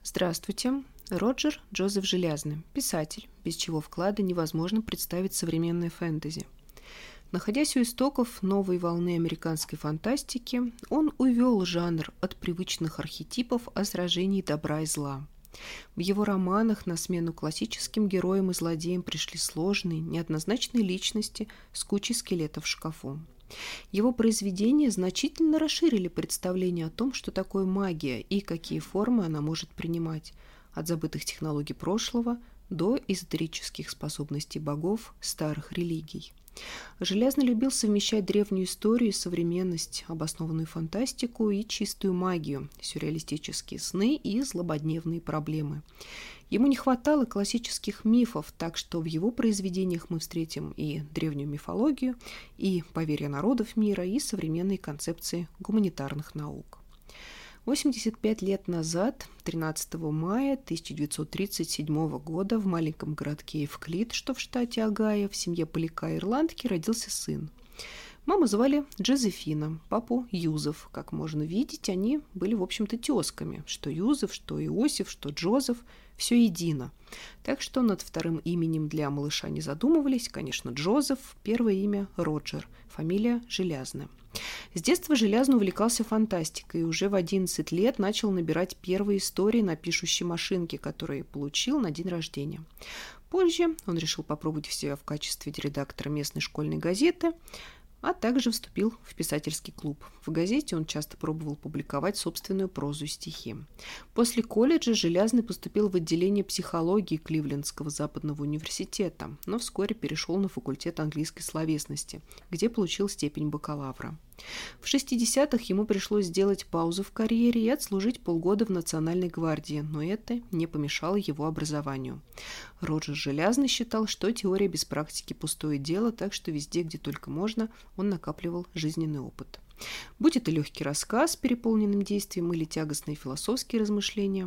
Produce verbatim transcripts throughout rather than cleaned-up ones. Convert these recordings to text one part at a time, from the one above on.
Здравствуйте. Роджер Джозеф Желязный. Писатель, без чего вклада невозможно представить современное фэнтези. Находясь у истоков новой волны американской фантастики, он увел жанр от привычных архетипов о сражении добра и зла. В его романах на смену классическим героям и злодеям пришли сложные, неоднозначные личности с кучей скелетов в шкафу. Его произведения значительно расширили представление о том, что такое магия и какие формы она может принимать, от забытых технологий прошлого до эзотерических способностей богов старых религий. Желязный любил совмещать древнюю историю и современность, обоснованную фантастику и чистую магию, сюрреалистические сны и злободневные проблемы. Ему не хватало классических мифов, так что в его произведениях мы встретим и древнюю мифологию, и поверья народов мира, и современные концепции гуманитарных наук. восемьдесят пять лет назад, тринадцатого мая тысяча девятьсот тридцать седьмого года, в маленьком городке Эвклид, что в штате Огайо, в семье поляка-ирландки родился сын. Маму звали Джозефина, папу Юзеф. Как можно видеть, они были, в общем-то, тезками. Что Юзеф, что Иосиф, что Джозеф – все едино. Так что над вторым именем для малыша не задумывались. Конечно, Джозеф, первое имя – Роджер, фамилия – Желязная. С детства Желязный увлекался фантастикой и уже в одиннадцать лет начал набирать первые истории на пишущей машинке, которые получил на день рождения. Позже он решил попробовать себя в качестве редактора местной школьной газеты, а также вступил в писательский клуб. В газете он часто пробовал публиковать собственную прозу и стихи. После колледжа Желязный поступил в отделение психологии Кливлендского западного университета, но вскоре перешел на факультет английской словесности, где получил степень бакалавра. В шестидесятых ему пришлось сделать паузу в карьере и отслужить полгода в Национальной гвардии, но это не помешало его образованию. Роджер Желязный считал, что теория без практики – пустое дело, так что везде, где только можно, он накапливал жизненный опыт. Будь это легкий рассказ с переполненным действием или тягостные философские размышления,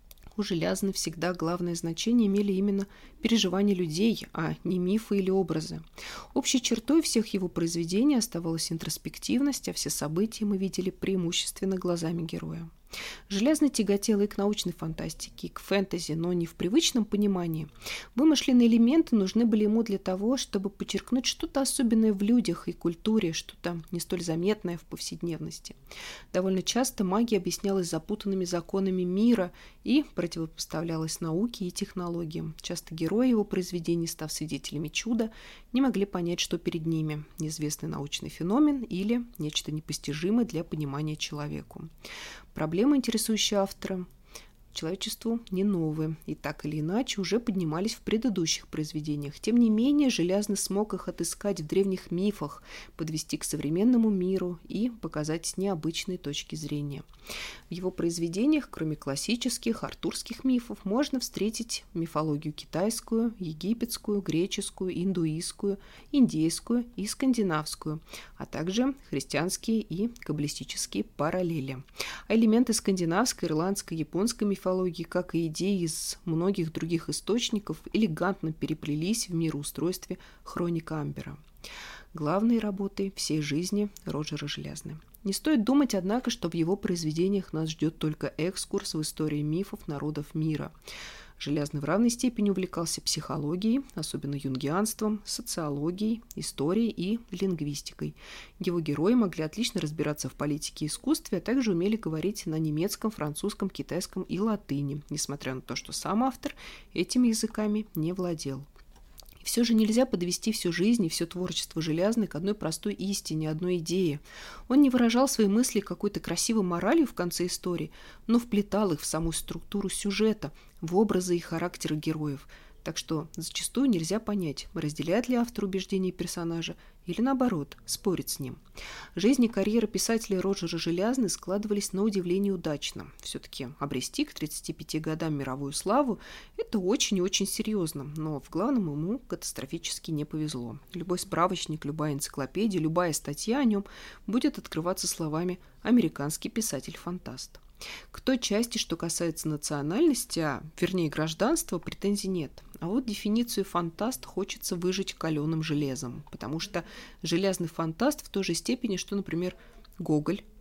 у Желязной всегда главное значение имели именно переживания людей, а не мифы или образы. Общей чертой всех его произведений оставалась интроспективность, а все события мы видели преимущественно глазами героя. Желязный тяготел и к научной фантастике, и к фэнтези, но не в привычном понимании. Вымышленные элементы нужны были ему для того, чтобы подчеркнуть что-то особенное в людях и культуре, что-то не столь заметное в повседневности. Довольно часто магия объяснялась запутанными законами мира и противопоставлялась науке и технологиям. Часто герои его произведений, став свидетелями чуда, не могли понять, что перед ними – неизвестный научный феномен или нечто непостижимое для понимания человеку. Проблемы, интересующие автора, человечеству не новые и так или иначе уже поднимались в предыдущих произведениях. Тем не менее, Желязный смог их отыскать в древних мифах, подвести к современному миру и показать с необычной точки зрения. В его произведениях, кроме классических артурских мифов, можно встретить мифологию китайскую, египетскую, греческую, индуистскую, индейскую и скандинавскую, а также христианские и каббалистические параллели. А элементы скандинавской, ирландской, японской мифологии, как и идеи из многих других источников, элегантно переплелись в мироустройстве хроника Амбера. Главной работой всей жизни Роджера Желязного. Не стоит думать, однако, что в его произведениях нас ждет только экскурс в истории мифов народов мира. Желязный в равной степени увлекался психологией, особенно юнгианством, социологией, историей и лингвистикой. Его герои могли отлично разбираться в политике и искусстве, а также умели говорить на немецком, французском, китайском и латыни, несмотря на то, что сам автор этими языками не владел. Все же нельзя подвести всю жизнь и все творчество Желязной к одной простой истине, одной идее. Он не выражал свои мысли какой-то красивой моралью в конце истории, но вплетал их в саму структуру сюжета, в образы и характеры героев. Так что зачастую нельзя понять, разделяет ли автор убеждения персонажа или, наоборот, спорит с ним. Жизнь и карьера писателя Роджера Желязного складывались на удивление удачно. Все-таки обрести к тридцати пяти годам мировую славу – это очень и очень серьезно, но в главном ему катастрофически не повезло. Любой справочник, любая энциклопедия, любая статья о нем будет открываться словами «американский писатель-фантаст». К той части, что касается национальности, а вернее гражданства, претензий нет. А вот дефиницию «фантаст» хочется выжечь каленым железом, потому что железный фантаст в той же степени, что, например, Гоголь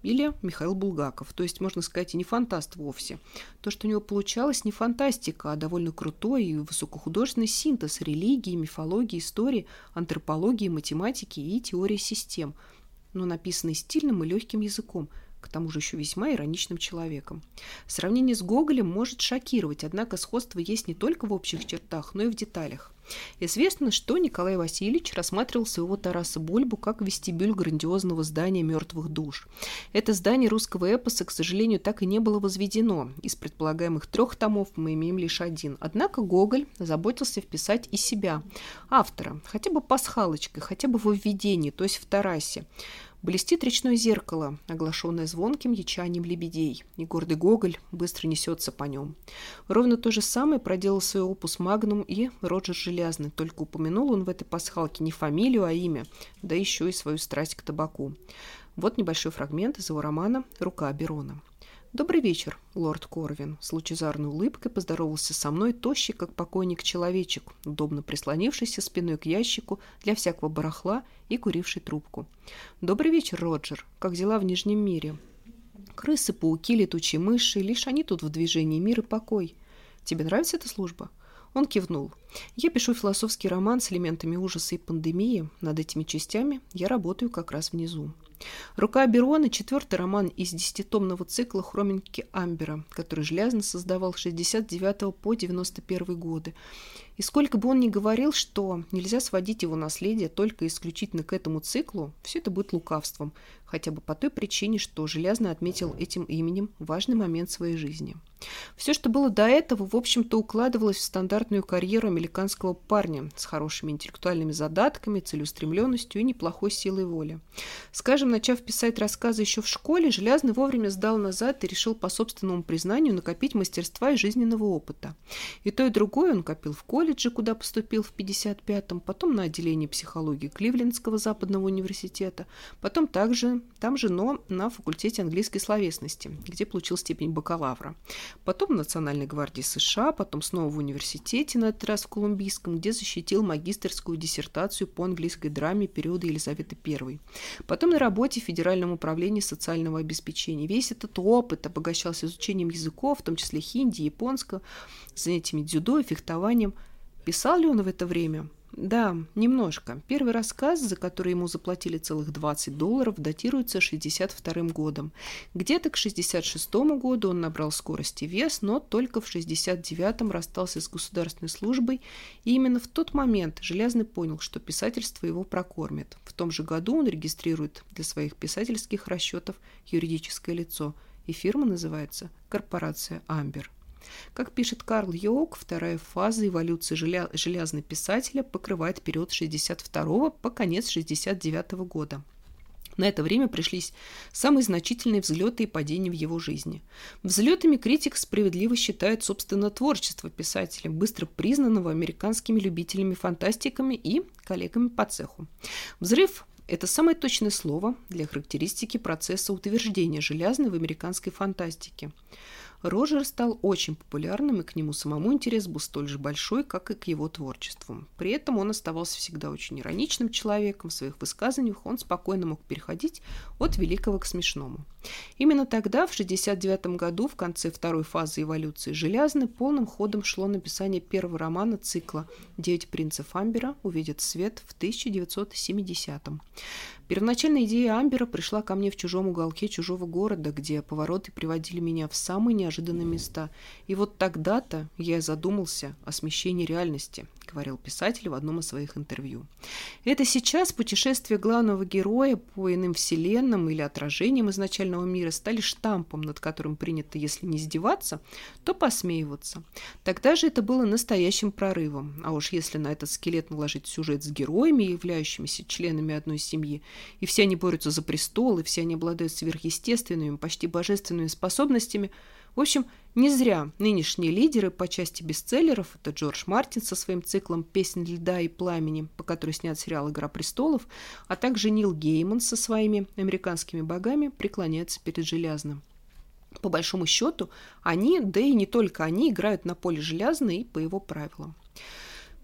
или Михаил Булгаков. То есть, можно сказать, и не фантаст вовсе. То, что у него получалось, не фантастика, а довольно крутой и высокохудожественный синтез религии, мифологии, истории, антропологии, математики и теории систем, но написанный стильным и легким языком, к тому же еще весьма ироничным человеком. Сравнение с Гоголем может шокировать, однако сходство есть не только в общих чертах, но и в деталях. Известно, что Николай Васильевич рассматривал своего Тараса Бульбу как вестибюль грандиозного здания мертвых душ. Это здание русского эпоса, к сожалению, так и не было возведено. Из предполагаемых трех томов мы имеем лишь один. Однако Гоголь заботился вписать и себя, автора, хотя бы пасхалочкой, хотя бы во введении, то есть в Тарасе. Блестит речное зеркало, оглашенное звонким ячанием лебедей, и гордый Гоголь быстро несется по нем. Ровно то же самое проделал свой опус магнум и Роджер Желязный, только упомянул он в этой пасхалке не фамилию, а имя, да еще и свою страсть к табаку. Вот небольшой фрагмент из его романа «Рука Берона». «Добрый вечер, лорд Корвин», — с лучезарной улыбкой поздоровался со мной тощий, как покойник, человечек, удобно прислонившийся спиной к ящику для всякого барахла и куривший трубку. «Добрый вечер, Роджер. Как дела в Нижнем мире?» «Крысы, пауки, летучие мыши, лишь они тут в движении, мир и покой. Тебе нравится эта служба?» Он кивнул. «Я пишу философский роман с элементами ужаса и пандемии. Над этими частями я работаю как раз внизу». «Рука Берона» — четвертый роман из десятитомного цикла «Хроники Амбера», который Желязный создавал с шестьдесят девятого по девяносто первый годы. И сколько бы он ни говорил, что нельзя сводить его наследие только исключительно к этому циклу, все это будет лукавством, хотя бы по той причине, что Желязный отметил этим именем важный момент своей жизни. Все, что было до этого, в общем-то, укладывалось в стандартную карьеру американского парня с хорошими интеллектуальными задатками, целеустремленностью и неплохой силой воли. Скажем, начав писать рассказы еще в школе, Желязный вовремя сдал назад и решил по собственному признанию накопить мастерства и жизненного опыта. И то, и другое он копил в колледже, куда поступил в пятьдесят пятом, потом на отделение психологии Кливлендского западного университета, потом также, там же, но на факультете английской словесности, где получил степень бакалавра. Потом в Национальной гвардии США, потом снова в университете, на этот раз в Колумбийском, где защитил магистерскую диссертацию по английской драме периода Елизаветы Первой. Потом на работе в Федеральном управлении социального обеспечения. Весь этот опыт обогащался изучением языков, в том числе хинди, японского, занятиями дзюдо и фехтованием. Писал ли он в это время? Да, немножко. Первый рассказ, за который ему заплатили целых двадцать долларов, датируется шестьдесят вторым годом. Где-то к шестьдесят шестому году он набрал скорость и вес, но только в шестьдесят девятом расстался с государственной службой, и именно в тот момент Желязный понял, что писательство его прокормит. В том же году он регистрирует для своих писательских расчетов юридическое лицо, и фирма называется «Корпорация Амбер». Как пишет Карл Йоук, вторая фаза эволюции желя... железного писателя покрывает период с шестьдесят второго по конец шестьдесят девятого года. На это время пришлись самые значительные взлеты и падения в его жизни. Взлетами критик справедливо считает, собственно, творчество писателя, быстро признанного американскими любителями-фантастиками и коллегами по цеху. Взрыв – это самое точное слово для характеристики процесса утверждения Желязной в американской фантастике. Роджер стал очень популярным, и к нему самому интерес был столь же большой, как и к его творчеству. При этом он оставался всегда очень ироничным человеком. В своих высказываниях он спокойно мог переходить от великого к смешному. Именно тогда, в шестьдесят девятом году, в конце второй фазы эволюции Желязный, полным ходом шло написание первого романа цикла «Девять принцев Амбера увидят свет» в тысяча девятьсот семидесятом. Первоначальная идея Амбера пришла ко мне в чужом уголке чужого города, где повороты приводили меня в самые неожиданные места. И вот тогда-то я задумался о смещении реальности, говорил писатель в одном из своих интервью. Это сейчас путешествия главного героя по иным вселенным или отражениям изначального мира стали штампом, над которым принято, если не издеваться, то посмеиваться. Тогда же это было настоящим прорывом. А уж если на этот скелет наложить сюжет с героями, являющимися членами одной семьи, и все они борются за престол, и все они обладают сверхъестественными, почти божественными способностями. В общем, не зря нынешние лидеры по части бестселлеров, это Джордж Мартин со своим циклом «Песнь льда и пламени», по которой снят сериал «Игра престолов», а также Нил Гейман со своими американскими богами преклоняются перед Желязным. По большому счету, они, да и не только они, играют на поле Желязной и по его правилам.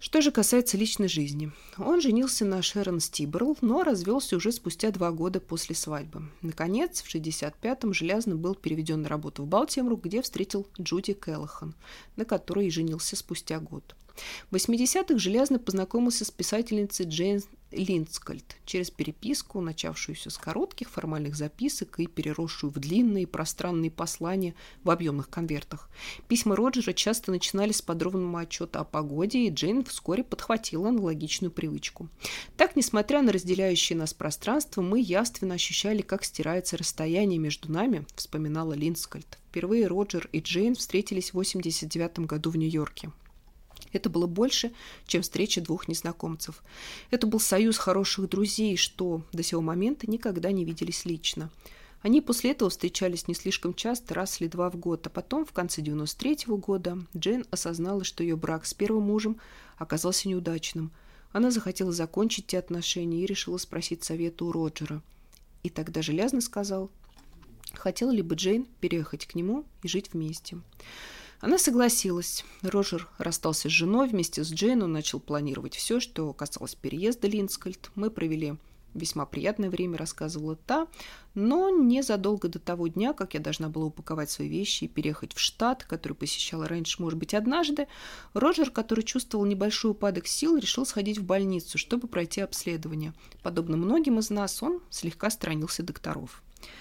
Что же касается личной жизни. Он женился на Шерон Стиберл, но развелся уже спустя два года после свадьбы. Наконец, в шестьдесят пятом Желязный был переведен на работу в Балтимор, где встретил Джуди Келлахан, на которой и женился спустя год. В восьмидесятых Желязный познакомился с писательницей Джейн Линскольд через переписку, начавшуюся с коротких формальных записок и переросшую в длинные пространные послания в объемных конвертах. Письма Роджера часто начинались с подробного отчета о погоде, и Джейн вскоре подхватила аналогичную привычку. Так, несмотря на разделяющее нас пространство, мы явственно ощущали, как стирается расстояние между нами, вспоминала Линскольд. Впервые Роджер и Джейн встретились в восемьдесят девятом году в Нью-Йорке. Это было больше, чем встреча двух незнакомцев. Это был союз хороших друзей, что до сего момента никогда не виделись лично. Они после этого встречались не слишком часто, раз или два в год, а потом, в конце девяносто третьего года, Джейн осознала, что ее брак с первым мужем оказался неудачным. Она захотела закончить те отношения и решила спросить совета у Роджера. И тогда Желязный сказал, хотела ли бы Джейн переехать к нему и жить вместе. Она согласилась. Роджер расстался с женой, вместе с Джейн он начал планировать все, что касалось переезда Линскольд. Мы провели весьма приятное время, рассказывала та, но незадолго до того дня, как я должна была упаковать свои вещи и переехать в штат, который посещала раньше, может быть, однажды, Роджер, который чувствовал небольшой упадок сил, решил сходить в больницу, чтобы пройти обследование. Подобно многим из нас, он слегка сторонился докторов.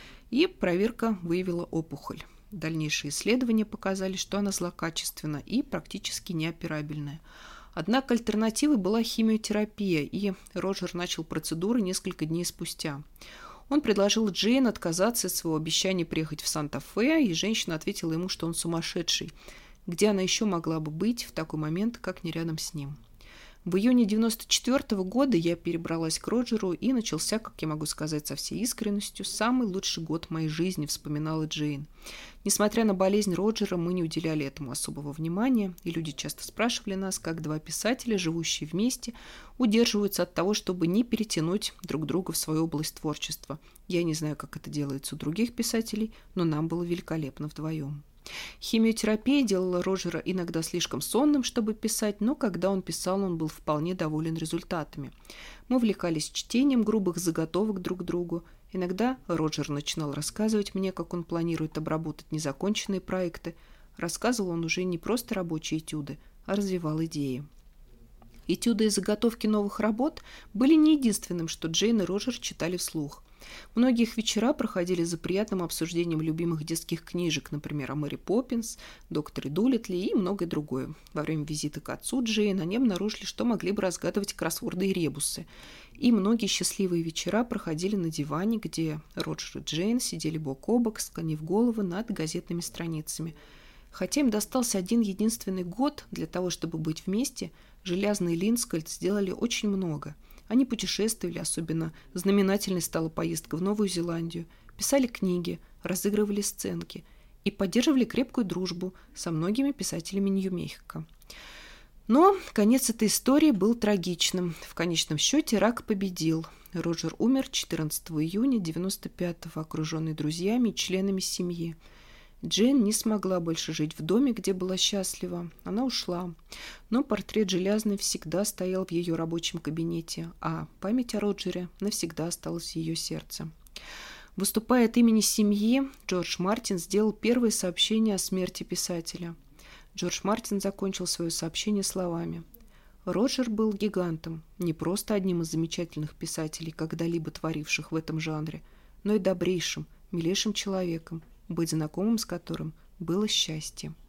И проверка выявила опухоль. Дальнейшие исследования показали, что она злокачественна и практически неоперабельная. Однако альтернативой была химиотерапия, и Роджер начал процедуры несколько дней спустя. Он предложил Джейн отказаться от своего обещания приехать в Санта-Фе, и женщина ответила ему, что он сумасшедший. Где она еще могла бы быть в такой момент, как не рядом с ним? В июне девяносто четвёртого года я перебралась к Роджеру, и начался, как я могу сказать со всей искренностью, самый лучший год моей жизни, вспоминала Джейн. Несмотря на болезнь Роджера, мы не уделяли этому особого внимания, и люди часто спрашивали нас, как два писателя, живущие вместе, удерживаются от того, чтобы не перетянуть друг друга в свою область творчества. Я не знаю, как это делается у других писателей, но нам было великолепно вдвоем. Химиотерапия делала Роджера иногда слишком сонным, чтобы писать, но когда он писал, он был вполне доволен результатами. Мы увлекались чтением грубых заготовок друг к другу. Иногда Роджер начинал рассказывать мне, как он планирует обработать незаконченные проекты. Рассказывал он уже не просто рабочие этюды, а развивал идеи. Этюды и заготовки новых работ были не единственным, что Джейн и Роджер читали вслух. Многие их вечера проходили за приятным обсуждением любимых детских книжек, например, о Мэри Поппинс, докторе Дулитле и многое другое. Во время визита к отцу Джейн они обнаружили, что могли бы разгадывать кроссворды и ребусы. И многие счастливые вечера проходили на диване, где Роджер и Джейн сидели бок о бок, склонив головы над газетными страницами. Хотя им достался один единственный год для того, чтобы быть вместе, Желязный и Линскольд сделали очень много. Они путешествовали, особенно знаменательной стала поездка в Новую Зеландию, писали книги, разыгрывали сценки и поддерживали крепкую дружбу со многими писателями Нью-Мехико. Но конец этой истории был трагичным. В конечном счете рак победил. Роджер умер четырнадцатого июня девяносто пятого, окруженный друзьями и членами семьи. Джейн не смогла больше жить в доме, где была счастлива. Она ушла. Но портрет Желязной всегда стоял в ее рабочем кабинете, а память о Роджере навсегда осталась в ее сердце. Выступая от имени семьи, Джордж Мартин сделал первое сообщение о смерти писателя. Джордж Мартин закончил свое сообщение словами: «Роджер был гигантом, не просто одним из замечательных писателей, когда-либо творивших в этом жанре, но и добрейшим, милейшим человеком, быть знакомым с которым было счастье».